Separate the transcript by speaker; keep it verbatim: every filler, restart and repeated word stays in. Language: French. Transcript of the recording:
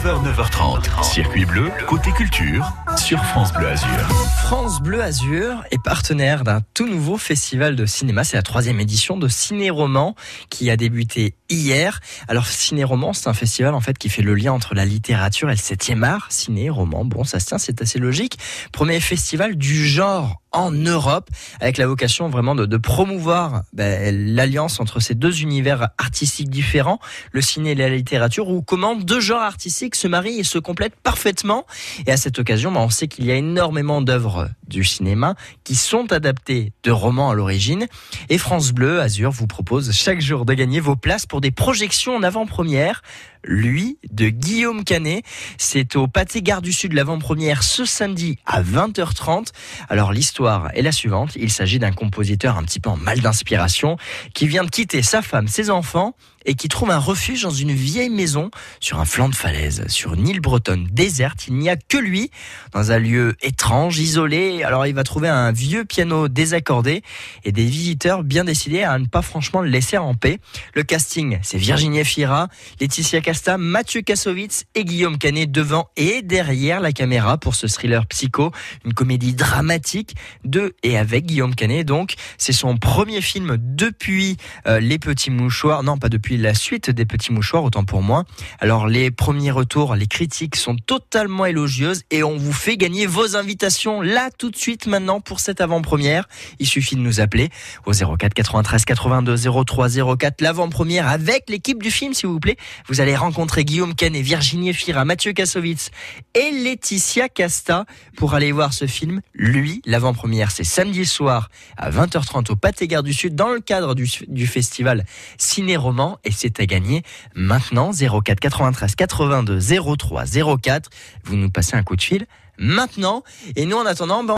Speaker 1: neuf heures, neuf heures trente. Circuit bleu, côté culture, sur France Bleu Azur.
Speaker 2: France Bleu Azur est partenaire d'un tout nouveau festival de cinéma. C'est la troisième édition de Ciné-Roman qui a débuté hier. Alors Ciné-Roman, c'est un festival en fait qui fait le lien entre la littérature et le septième art. Ciné-Roman, bon ça se tient, c'est assez logique. Premier festival du genre en Europe, avec la vocation vraiment de, de promouvoir ben, l'alliance entre ces deux univers artistiques différents, le ciné et la littérature, où comment deux genres artistiques se marient et se complètent parfaitement. Et à cette occasion, ben, on sait qu'il y a énormément d'œuvres du cinéma qui sont adaptées de romans à l'origine. Et France Bleu Azur vous propose chaque jour de gagner vos places pour des projections en avant-première. Lui, de Guillaume Canet. C'est au Pâté Gare du Sud, l'avant-première ce samedi à vingt heures trente. Alors l'histoire est la suivante. Il s'agit d'un compositeur un petit peu en mal d'inspiration qui vient de quitter sa femme, ses enfants et qui trouve un refuge dans une vieille maison sur un flanc de falaise, sur une île bretonne déserte. Il n'y a que lui, dans un lieu étrange, isolé. Alors il va trouver un vieux piano désaccordé et des visiteurs bien décidés à ne pas franchement le laisser en paix. Le casting, c'est Virginie Efira, Laetitia Casta, Mathieu Kassovitz et Guillaume Canet devant et derrière la caméra pour ce thriller psycho, une comédie dramatique de et avec Guillaume Canet. Donc c'est son premier film depuis euh, Les Petits Mouchoirs, non pas depuis la suite des Petits Mouchoirs, autant pour moi. Alors les premiers retours, les critiques sont totalement élogieuses et on vous fait gagner vos invitations là tout de suite maintenant pour cette avant-première. Il suffit de nous appeler au zéro quatre quatre-vingt-treize quatre-vingt-deux zéro trois zéro quatre, l'avant-première avec l'équipe du film s'il vous plaît. Vous allez rencontrer Guillaume Canet, Virginie Efira, Mathieu Kassovitz et Laetitia Casta pour aller voir ce film. Lui, l'avant-première, c'est samedi soir à vingt heures trente au Pâté Gare du Sud dans le cadre du, du festival Ciné-Roman. Et c'est à gagner maintenant, zéro quatre quatre-vingt-treize quatre-vingt-deux zéro trois zéro quatre. Vous nous passez un coup de fil maintenant. Et nous, en attendant, ben